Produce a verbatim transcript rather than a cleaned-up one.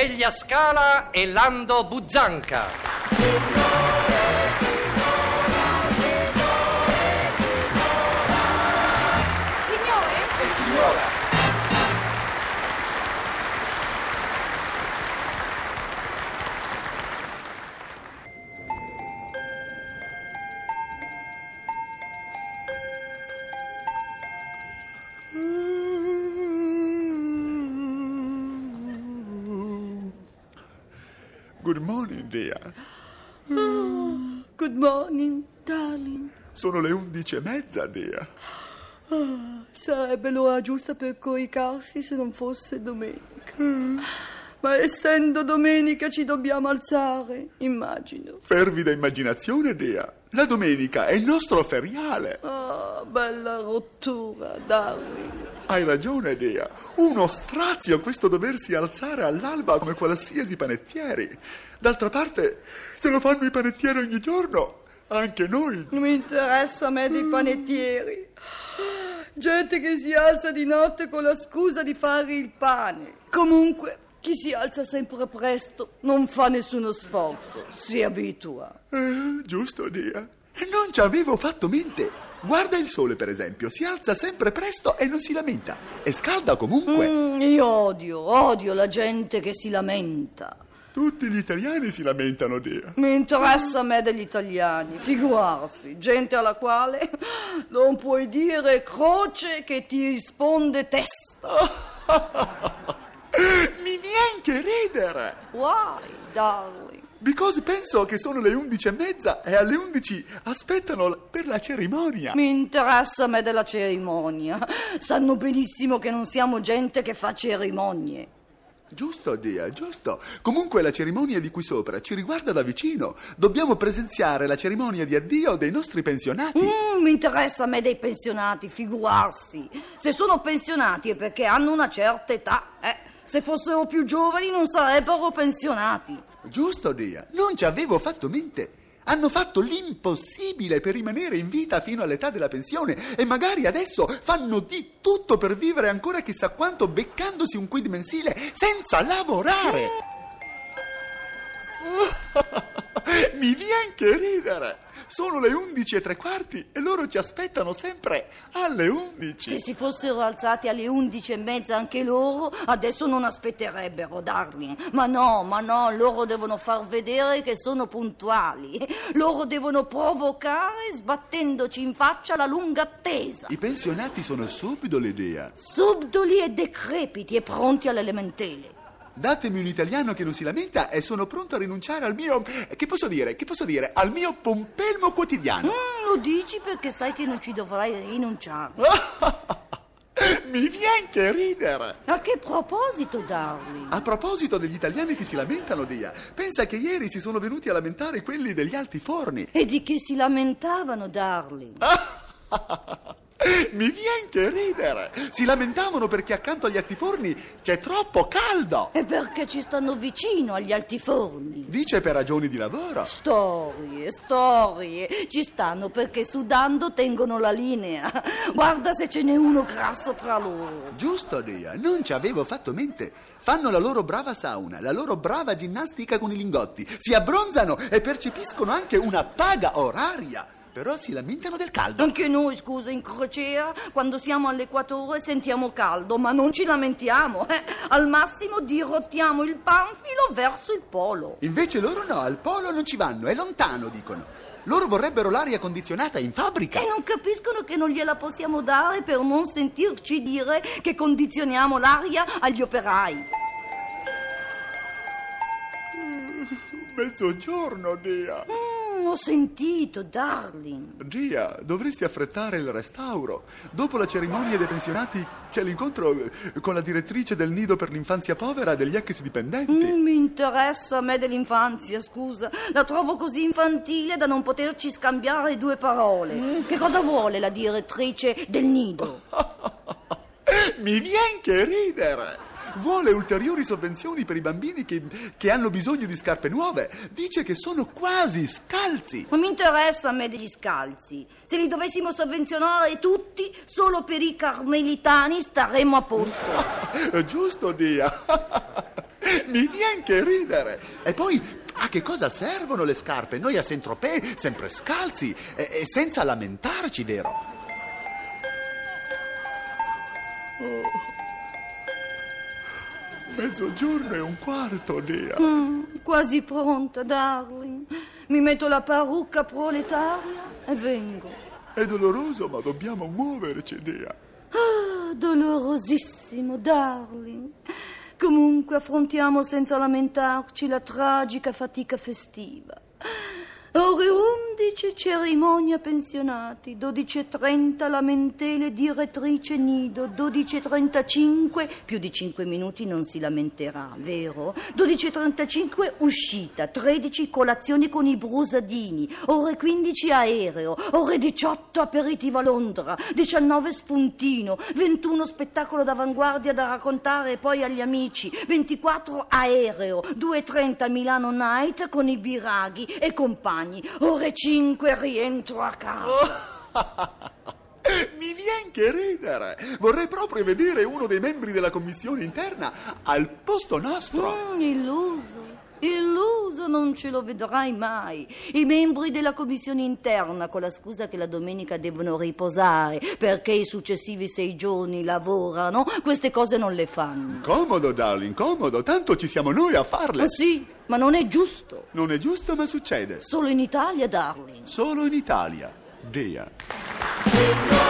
Neglia Scala e Lando Buzzanca. Signore? E signora. Good morning, dear. Oh, good morning, darling. Sono le undici e mezza, dear. Oh, sarebbe l'ora giusta per coricarsi se non fosse domenica. Ma essendo domenica ci dobbiamo alzare, immagino. Fervida immaginazione, dear. La domenica è il nostro feriale. Oh, bella rottura, darling. Hai ragione, Dea. Uno strazio questo doversi alzare all'alba come qualsiasi panettieri. D'altra parte, se lo fanno i panettieri ogni giorno, anche noi. Non mi interessa a me dei panettieri. Gente che si alza di notte con la scusa di fare il pane. Comunque, chi si alza sempre presto non fa nessuno sforzo, si abitua. Eh, giusto, Dea. E non ci avevo fatto mente. Guarda il sole, per esempio, si alza sempre presto e non si lamenta. E scalda comunque. Mm, io odio, odio la gente che si lamenta. Tutti gli italiani si lamentano, Dea. Mi interessa a me degli italiani, figurarsi, gente alla quale non puoi dire croce che ti risponde testa. Mi viene che ridere. Why, darling? Because penso che sono le undici e mezza e alle undici aspettano per la cerimonia. Mi interessa a me della cerimonia. Sanno benissimo che non siamo gente che fa cerimonie. Giusto, Dea, giusto. Comunque la cerimonia di qui sopra ci riguarda da vicino. Dobbiamo presenziare la cerimonia di addio dei nostri pensionati. Mm, mi interessa a me dei pensionati, figurarsi. Se sono pensionati è perché hanno una certa età. Eh, se fossero più giovani non sarebbero pensionati. Giusto, Dea. Non ci avevo fatto mente. Hanno fatto l'impossibile per rimanere in vita fino all'età della pensione e magari adesso fanno di tutto per vivere ancora chissà quanto beccandosi un quid mensile senza lavorare. Mi viene che ridere. Sono le undici e tre quarti e loro ci aspettano sempre alle undici. Se si fossero alzati alle undici e mezza anche loro, adesso non aspetterebbero, darling. Ma no, ma no, loro devono far vedere che sono puntuali. Loro devono provocare sbattendoci in faccia la lunga attesa. I pensionati sono subdoli, Dea. Subdoli e decrepiti e pronti alle lamentele. Datemi un italiano che non si lamenta e sono pronto a rinunciare al mio... Che posso dire? Che posso dire? Al mio pompelmo quotidiano. Mm, lo dici perché sai che non ci dovrai rinunciare. Mi viene che ridere. A che proposito, darling? A proposito degli italiani che si lamentano, Dea, pensa che ieri si sono venuti a lamentare quelli degli altiforni. E di che si lamentavano, darling? Mi viene che ridere. Si lamentavano perché accanto agli altiforni c'è troppo caldo. E perché ci stanno vicino agli altiforni? Dice per ragioni di lavoro. Storie, storie. Ci stanno perché sudando tengono la linea. Guarda se ce n'è uno grasso tra loro. Giusto, Dea, non ci avevo fatto mente. Fanno la loro brava sauna, la loro brava ginnastica con i lingotti. Si abbronzano e percepiscono anche una paga oraria. Però si lamentano del caldo. Anche noi, scusa, in crociera, quando siamo all'equatore sentiamo caldo, ma non ci lamentiamo, eh? Al massimo dirottiamo il panfilo verso il polo. Invece loro no, al polo non ci vanno, è lontano, dicono. Loro vorrebbero l'aria condizionata in fabbrica. E non capiscono che non gliela possiamo dare per non sentirci dire che condizioniamo l'aria agli operai. Mezzogiorno, Dea. Mm, ho sentito, darling. Dea, dovresti affrettare il restauro. Dopo la cerimonia dei pensionati c'è l'incontro con la direttrice del nido per l'infanzia povera degli ex dipendenti. Mm, mi interessa a me dell'infanzia, scusa. La trovo così infantile da non poterci scambiare due parole. Mm. Che cosa vuole la direttrice del nido? Mi viene che ridere. Vuole ulteriori sovvenzioni per i bambini che, che hanno bisogno di scarpe nuove. Dice che sono quasi scalzi. Non mi interessa a me degli scalzi. Se li dovessimo sovvenzionare tutti, solo per i carmelitani staremmo a posto. Giusto, Dea. Mi viene che ridere. E poi, a che cosa servono le scarpe? Noi a Saint-Tropez, sempre scalzi e, e senza lamentarci, vero? Oh. Mezzogiorno e un quarto, Dea. Mm, quasi pronta, darling. Mi metto la parrucca proletaria e vengo. È doloroso, ma dobbiamo muoverci, Dea. Ah, dolorosissimo, darling. Comunque affrontiamo senza lamentarci la tragica fatica festiva. Ore undici cerimonia pensionati, dodici e trenta lamentele direttrice nido, dodici e trentacinque, più di cinque minuti non si lamenterà, vero? dodici e trentacinque uscita, tredici colazioni con i brusadini, ore quindici aereo, ore diciotto aperitivo a Londra, diciannove spuntino, ventuno spettacolo d'avanguardia da raccontare poi agli amici, ventiquattro aereo, due e trenta Milano Night con i biraghi e compagni. Ore cinque rientro a casa. Mi viene che ridere. Vorrei proprio vedere uno dei membri della commissione interna al posto nostro. Mm, illuso. Illuso, non ce lo vedrai mai. I membri della commissione interna, con la scusa che la domenica devono riposare perché i successivi sei giorni lavorano, queste cose non le fanno. Comodo, darling, comodo. Tanto ci siamo noi a farle. Ma sì, ma non è giusto. Non è giusto, ma succede. Solo in Italia, darling. Solo in Italia, Dea.